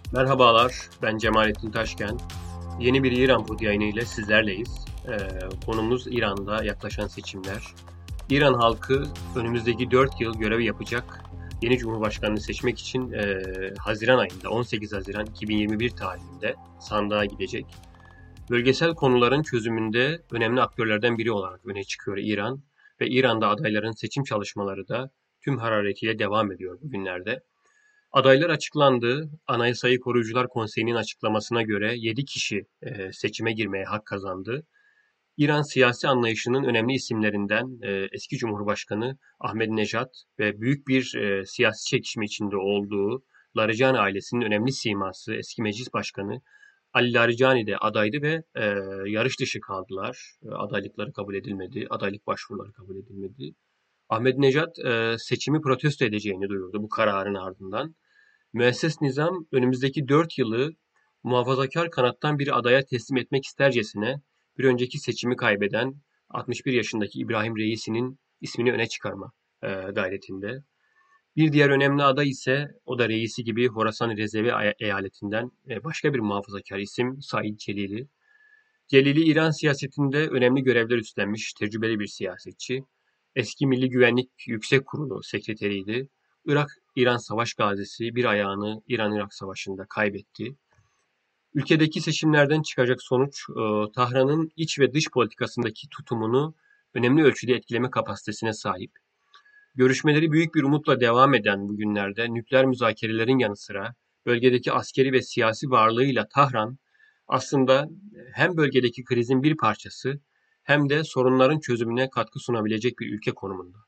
Merhabalar, ben Cemalettin Taşken. Yeni bir İran Pod yayını ile sizlerleyiz. Konumuz İran'da yaklaşan seçimler. İran halkı önümüzdeki 4 yıl görev yapacak yeni Cumhurbaşkanını seçmek için Haziran ayında, 18 Haziran 2021 tarihinde sandığa gidecek. Bölgesel konuların çözümünde önemli aktörlerden biri olarak öne çıkıyor İran ve İran'da adayların seçim çalışmaları da tüm hararetiyle devam ediyor bugünlerde. Adaylar açıklandı. Anayasayı Koruyucular Konseyi'nin açıklamasına göre 7 kişi seçime girmeye hak kazandı. İran siyasi anlayışının önemli isimlerinden eski Cumhurbaşkanı Ahmadinejad ve büyük bir siyasi çekişme içinde olduğu Larijani ailesinin önemli siması eski Meclis Başkanı Ali Larijani de adaydı ve yarış dışı kaldılar. Adaylıkları kabul edilmedi, adaylık başvuruları kabul edilmedi. Ahmadinejad seçimi protesto edeceğini duyurdu bu kararın ardından. Müesses nizam önümüzdeki 4 yılı muhafazakar kanattan bir adaya teslim etmek istercesine bir önceki seçimi kaybeden 61 yaşındaki İbrahim Reisi'nin ismini öne çıkarma gayretinde. Bir diğer önemli aday ise o da Reisi gibi Horasan Rezevi eyaletinden başka bir muhafazakar isim Said Celili. Celili İran siyasetinde önemli görevler üstlenmiş tecrübeli bir siyasetçi. Eski Milli Güvenlik Yüksek Kurulu sekreteriydi. Irak-İran savaş gazisi bir ayağını İran-Irak savaşında kaybetti. Ülkedeki seçimlerden çıkacak sonuç, Tahran'ın iç ve dış politikasındaki tutumunu önemli ölçüde etkileme kapasitesine sahip. Görüşmeleri büyük bir umutla devam eden bu günlerde nükleer müzakerelerin yanı sıra bölgedeki askeri ve siyasi varlığıyla Tahran aslında hem bölgedeki krizin bir parçası hem de sorunların çözümüne katkı sunabilecek bir ülke konumunda.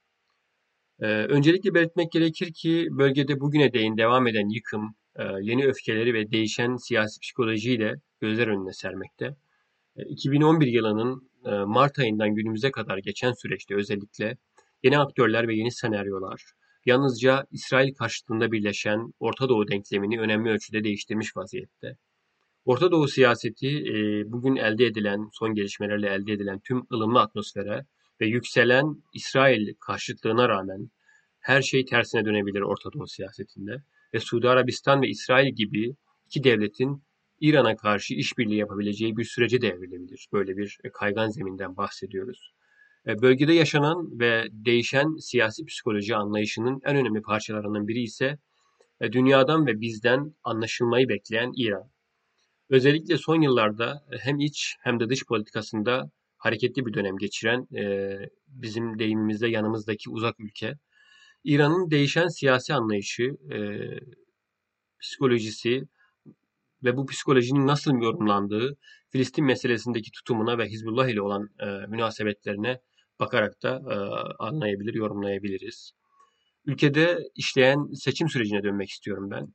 Öncelikle belirtmek gerekir ki bölgede bugüne değin devam eden yıkım, yeni öfkeleri ve değişen siyasi psikolojiyle gözler önüne sermekte. 2011 yılının Mart ayından günümüze kadar geçen süreçte özellikle yeni aktörler ve yeni senaryolar yalnızca İsrail karşıtında birleşen Orta Doğu denklemini önemli ölçüde değiştirmiş vaziyette. Orta Doğu siyaseti bugün elde edilen, son gelişmelerle elde edilen tüm ılımlı atmosfere ve yükselen İsrail karşıtlığına rağmen her şey tersine dönebilir Orta Doğu siyasetinde. Ve Suudi Arabistan ve İsrail gibi iki devletin İran'a karşı işbirliği yapabileceği bir sürece de evrilebilir. Böyle bir kaygan zeminden bahsediyoruz. Bölgede yaşanan ve değişen siyasi psikoloji anlayışının en önemli parçalarından biri ise dünyadan ve bizden anlaşılmayı bekleyen İran. Özellikle son yıllarda hem iç hem de dış politikasında hareketli bir dönem geçiren bizim deyimimizde yanımızdaki uzak ülke. İran'ın değişen siyasi anlayışı, psikolojisi ve bu psikolojinin nasıl yorumlandığı Filistin meselesindeki tutumuna ve Hizbullah ile olan münasebetlerine bakarak da anlayabilir, yorumlayabiliriz. Ülkede işleyen seçim sürecine dönmek istiyorum ben.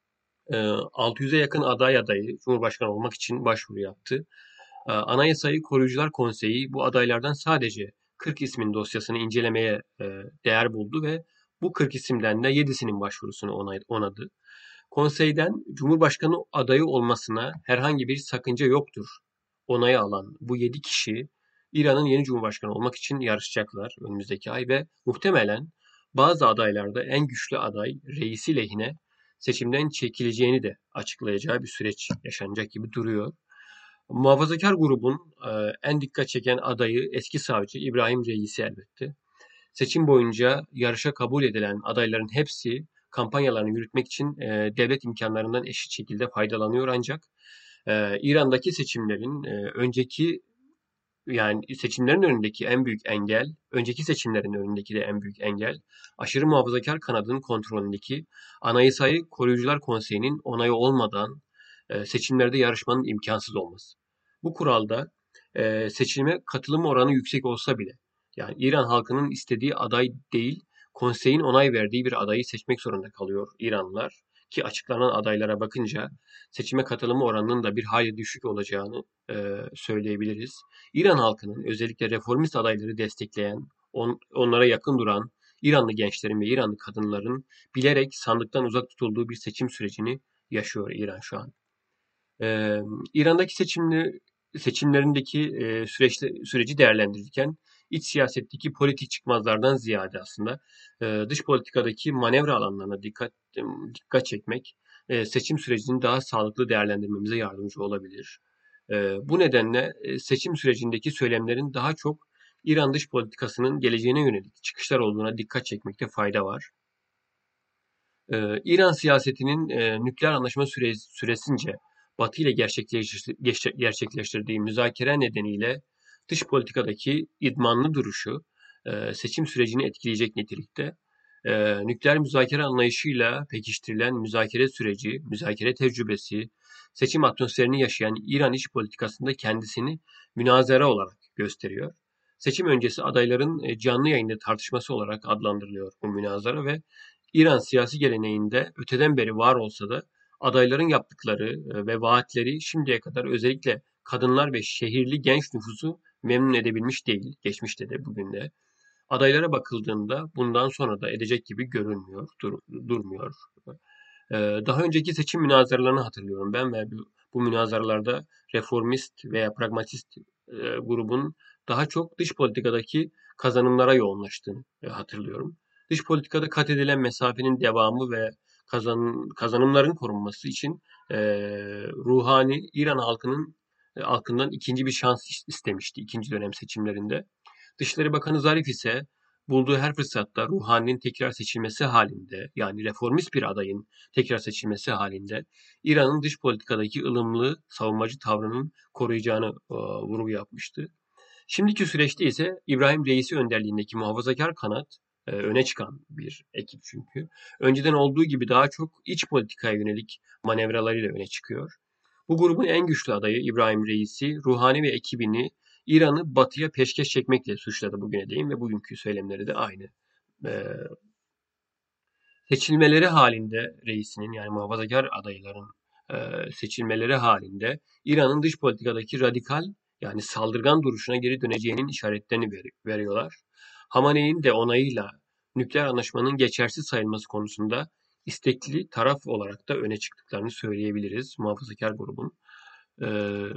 600'e yakın adayı Cumhurbaşkanı olmak için başvuru yaptı. Anayasayı Koruyucular Konseyi bu adaylardan sadece 40 ismin dosyasını incelemeye değer buldu ve bu 40 isimden de 7'sinin başvurusunu onadı. Konseyden Cumhurbaşkanı adayı olmasına herhangi bir sakınca yoktur onayı alan bu 7 kişi İran'ın yeni Cumhurbaşkanı olmak için yarışacaklar önümüzdeki ay ve muhtemelen bazı adaylarda en güçlü aday reisi lehine seçimden çekileceğini de açıklayacağı bir süreç yaşanacak gibi duruyor. Muhafazakar grubun en dikkat çeken adayı eski savcı İbrahim Reisi elbette. Seçim boyunca yarışa kabul edilen adayların hepsi kampanyalarını yürütmek için devlet imkanlarından eşit şekilde faydalanıyor ancak İran'daki seçimlerin seçimlerin önündeki en büyük engel, önceki seçimlerin önündeki de en büyük engel, aşırı muhafazakar kanadın kontrolündeki Anayasayı Koruyucular Konseyi'nin onayı olmadan seçimlerde yarışmanın imkansız olması. Bu kuralda seçime katılım oranı yüksek olsa bile, yani İran halkının istediği aday değil, konseyin onay verdiği bir adayı seçmek zorunda kalıyor İranlılar. Ki açıklanan adaylara bakınca seçime katılımı oranının da bir hayli düşük olacağını söyleyebiliriz. İran halkının özellikle reformist adayları destekleyen, onlara yakın duran İranlı gençlerin ve İranlı kadınların bilerek sandıktan uzak tutulduğu bir seçim sürecini yaşıyor İran şu an. Ee, İran'daki seçimlerindeki süreci değerlendirirken iç siyasetteki politik çıkmazlardan ziyade aslında dış politikadaki manevra alanlarına dikkat çekmek seçim sürecini daha sağlıklı değerlendirmemize yardımcı olabilir. Bu nedenle seçim sürecindeki söylemlerin daha çok İran dış politikasının geleceğine yönelik çıkışlar olduğuna dikkat çekmekte fayda var. İran siyasetinin nükleer anlaşma süresince Batı ile gerçekleştirdiği müzakere nedeniyle dış politikadaki idmanlı duruşu seçim sürecini etkileyecek nitelikte. Nükleer müzakere anlayışıyla pekiştirilen müzakere süreci, müzakere tecrübesi, seçim atmosferini yaşayan İran iç politikasında kendisini münazara olarak gösteriyor. Seçim öncesi adayların canlı yayında tartışması olarak adlandırılıyor bu münazara ve İran siyasi geleneğinde öteden beri var olsa da adayların yaptıkları ve vaatleri şimdiye kadar özellikle kadınlar ve şehirli genç nüfusu memnun edebilmiş değil. Geçmişte de bugün de. Adaylara bakıldığında bundan sonra da edecek gibi görünmüyor, durmuyor. Daha önceki seçim münazaralarını hatırlıyorum ben ve bu münazaralarda reformist veya pragmatist grubun daha çok dış politikadaki kazanımlara yoğunlaştığını hatırlıyorum. Dış politikada kat edilen mesafenin devamı ve kazanımların korunması için Ruhani İran halkından ikinci bir şans istemişti ikinci dönem seçimlerinde. Dışişleri Bakanı Zarif ise bulduğu her fırsatta Ruhani'nin tekrar seçilmesi halinde, yani reformist bir adayın tekrar seçilmesi halinde İran'ın dış politikadaki ılımlı savunmacı tavrının koruyacağını vurgu yapmıştı. Şimdiki süreçte ise İbrahim Reisi önderliğindeki muhafazakar kanat öne çıkan bir ekip çünkü. Önceden olduğu gibi daha çok iç politikaya yönelik manevralarıyla öne çıkıyor. Bu grubun en güçlü adayı İbrahim Reisi, Ruhani ve ekibini İran'ı batıya peşkeş çekmekle suçladı bugüne değin ve bugünkü söylemleri de aynı. Ee, Seçilmeleri halinde reisinin yani muhafazakar adayların seçilmeleri halinde İran'ın dış politikadaki radikal yani saldırgan duruşuna geri döneceğinin işaretlerini veriyorlar. Hamaney'in de onayıyla nükleer anlaşmanın geçersiz sayılması konusunda istekli taraf olarak da öne çıktıklarını söyleyebiliriz muhafazakar grubun. Ee,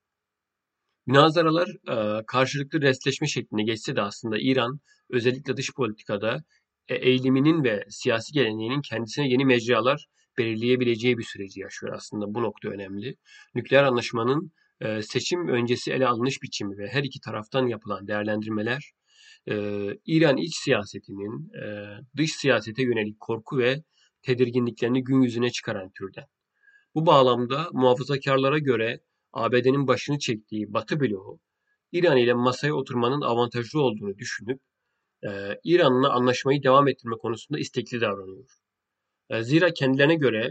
Münazaralar karşılıklı restleşme şeklinde geçse de aslında İran özellikle dış politikada eğiliminin ve siyasi geleneğinin kendisine yeni mecralar belirleyebileceği bir süreci yaşıyor aslında. Bu nokta önemli. Nükleer anlaşmanın seçim öncesi ele alınış biçimi ve her iki taraftan yapılan değerlendirmeler İran iç siyasetinin dış siyasete yönelik korku ve tedirginliklerini gün yüzüne çıkaran türden. Bu bağlamda muhafazakarlara göre ABD'nin başını çektiği Batı bloğu İran ile masaya oturmanın avantajlı olduğunu düşünüp İran'la anlaşmayı devam ettirme konusunda istekli davranıyor. Zira kendilerine göre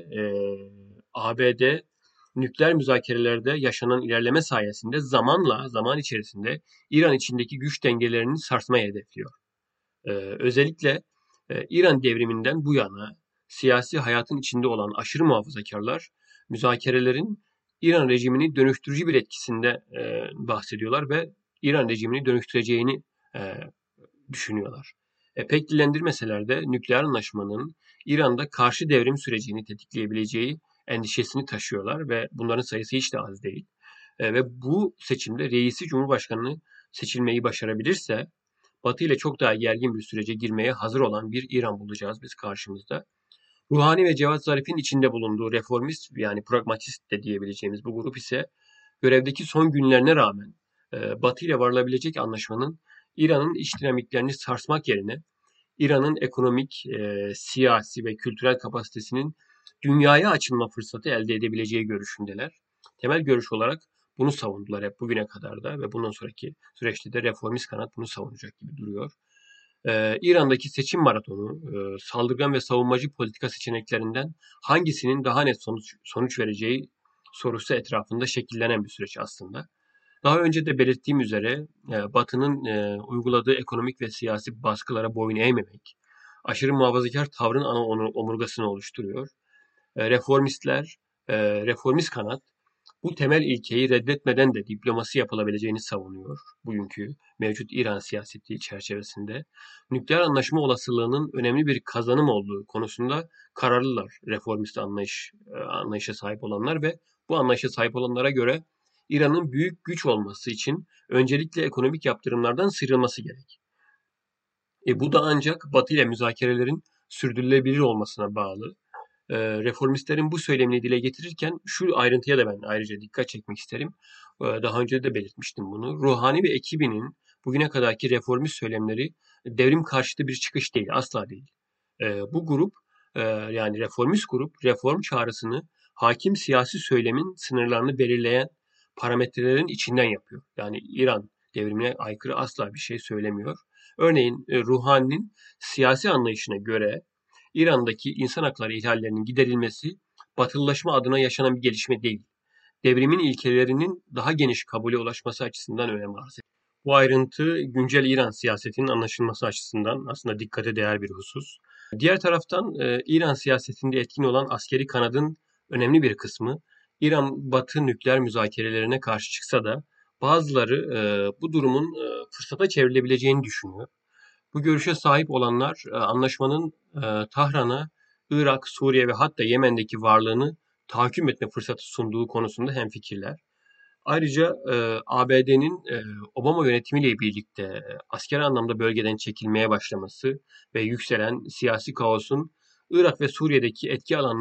ABD nükleer müzakerelerde yaşanan ilerleme sayesinde zaman içerisinde İran içindeki güç dengelerini sarsmayı hedefliyor. Özellikle İran devriminden bu yana siyasi hayatın içinde olan aşırı muhafazakarlar müzakerelerin İran rejimini dönüştürücü bir etkisinde bahsediyorlar ve İran rejimini dönüştüreceğini e, düşünüyorlar. Pek dillendirmeseler de nükleer anlaşmanın İran'da karşı devrim sürecini tetikleyebileceği endişesini taşıyorlar ve bunların sayısı hiç de az değil. Ve bu seçimde reisi Cumhurbaşkanı seçilmeyi başarabilirse Batı ile çok daha gergin bir sürece girmeye hazır olan bir İran bulacağız biz karşımızda. Ruhani ve Cevat Zarif'in içinde bulunduğu reformist yani pragmatist de diyebileceğimiz bu grup ise görevdeki son günlerine rağmen Batı ile varılabilecek anlaşmanın İran'ın iç dinamiklerini sarsmak yerine İran'ın ekonomik, siyasi ve kültürel kapasitesinin dünyaya açılma fırsatı elde edebileceği görüşündeler. Temel görüş olarak bunu savundular hep bugüne kadar da ve bundan sonraki süreçte de reformist kanat bunu savunacak gibi duruyor. İran'daki seçim maratonu, saldırgan ve savunmacı politika seçeneklerinden hangisinin daha net sonuç vereceği sorusu etrafında şekillenen bir süreç aslında. Daha önce de belirttiğim üzere Batı'nın uyguladığı ekonomik ve siyasi baskılara boyun eğmemek, aşırı muhafazakar tavrın ana omurgasını oluşturuyor. Reformistler, reformist kanat bu temel ilkeyi reddetmeden de diplomasi yapılabileceğini savunuyor bugünkü mevcut İran siyaseti çerçevesinde. Nükleer anlaşma olasılığının önemli bir kazanım olduğu konusunda kararlılar reformist anlayışa sahip olanlar ve bu anlayışa sahip olanlara göre İran'ın büyük güç olması için öncelikle ekonomik yaptırımlardan sıyrılması gerek. Bu da ancak Batı ile müzakerelerin sürdürülebilir olmasına bağlı. Reformistlerin bu söylemini dile getirirken şu ayrıntıya da ben ayrıca dikkat çekmek isterim. Daha önce de belirtmiştim bunu. Ruhani ve ekibinin bugüne kadarki reformist söylemleri devrim karşıtı bir çıkış değil, asla değil. Bu grup, yani reformist grup, reform çağrısını hakim siyasi söylemin sınırlarını belirleyen parametrelerin içinden yapıyor. Yani İran devrimine aykırı asla bir şey söylemiyor. Örneğin Ruhani'nin siyasi anlayışına göre İran'daki insan hakları ihlallerinin giderilmesi batılılaşma adına yaşanan bir gelişme değil. Devrimin ilkelerinin daha geniş kabule ulaşması açısından önem arz ediyor. Bu ayrıntı güncel İran siyasetinin anlaşılması açısından aslında dikkate değer bir husus. Diğer taraftan İran siyasetinde etkin olan askeri kanadın önemli bir kısmı İran Batı nükleer müzakerelerine karşı çıksa da bazıları bu durumun fırsata çevrilebileceğini düşünüyor. Bu görüşe sahip olanlar anlaşmanın Tahran'a Irak, Suriye ve hatta Yemen'deki varlığını tahakküm etme fırsatı sunduğu konusunda hemfikirler. Ayrıca ABD'nin Obama yönetimiyle birlikte askeri anlamda bölgeden çekilmeye başlaması ve yükselen siyasi kaosun Irak ve Suriye'deki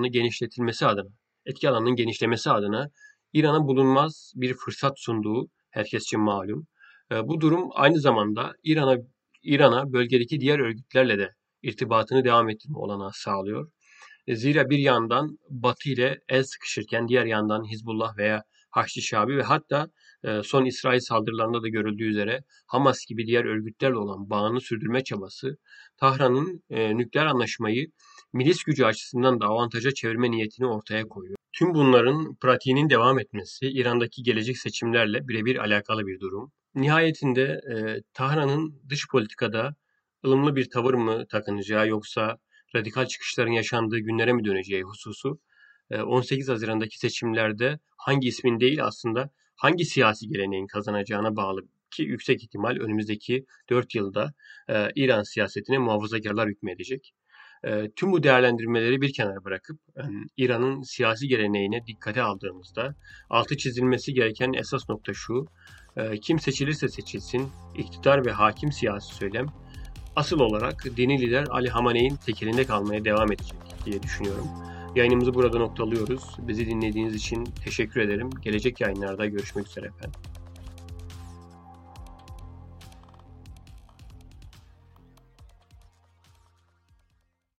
etki alanının genişlemesi adına İran'a bulunmaz bir fırsat sunduğu herkesçe malum. Bu durum aynı zamanda İran'a bölgedeki diğer örgütlerle de irtibatını devam ettirme olanağı sağlıyor. Zira bir yandan Batı ile el sıkışırken diğer yandan Hizbullah veya Haçlı Şabi ve hatta son İsrail saldırılarında da görüldüğü üzere Hamas gibi diğer örgütlerle olan bağını sürdürme çabası Tahran'ın nükleer anlaşmayı milis gücü açısından da avantaja çevirme niyetini ortaya koyuyor. Tüm bunların pratiğinin devam etmesi İran'daki gelecek seçimlerle birebir alakalı bir durum. Nihayetinde Tahran'ın dış politikada ılımlı bir tavır mı takınacağı yoksa radikal çıkışların yaşandığı günlere mi döneceği hususu 18 Haziran'daki seçimlerde hangi ismin değil aslında hangi siyasi geleneğin kazanacağına bağlı ki yüksek ihtimal önümüzdeki 4 yılda İran siyasetine muhafazakarlar hükmedecek. Tüm bu değerlendirmeleri bir kenara bırakıp İran'ın siyasi geleneğine dikkate aldığımızda altı çizilmesi gereken esas nokta şu: kim seçilirse seçilsin iktidar ve hakim siyasi söylem asıl olarak dini lider Ali Hamaney'in tekelinde kalmaya devam edecek diye düşünüyorum. Yayınımızı burada noktalıyoruz. Bizi dinlediğiniz için teşekkür ederim. Gelecek yayınlarda görüşmek üzere efendim.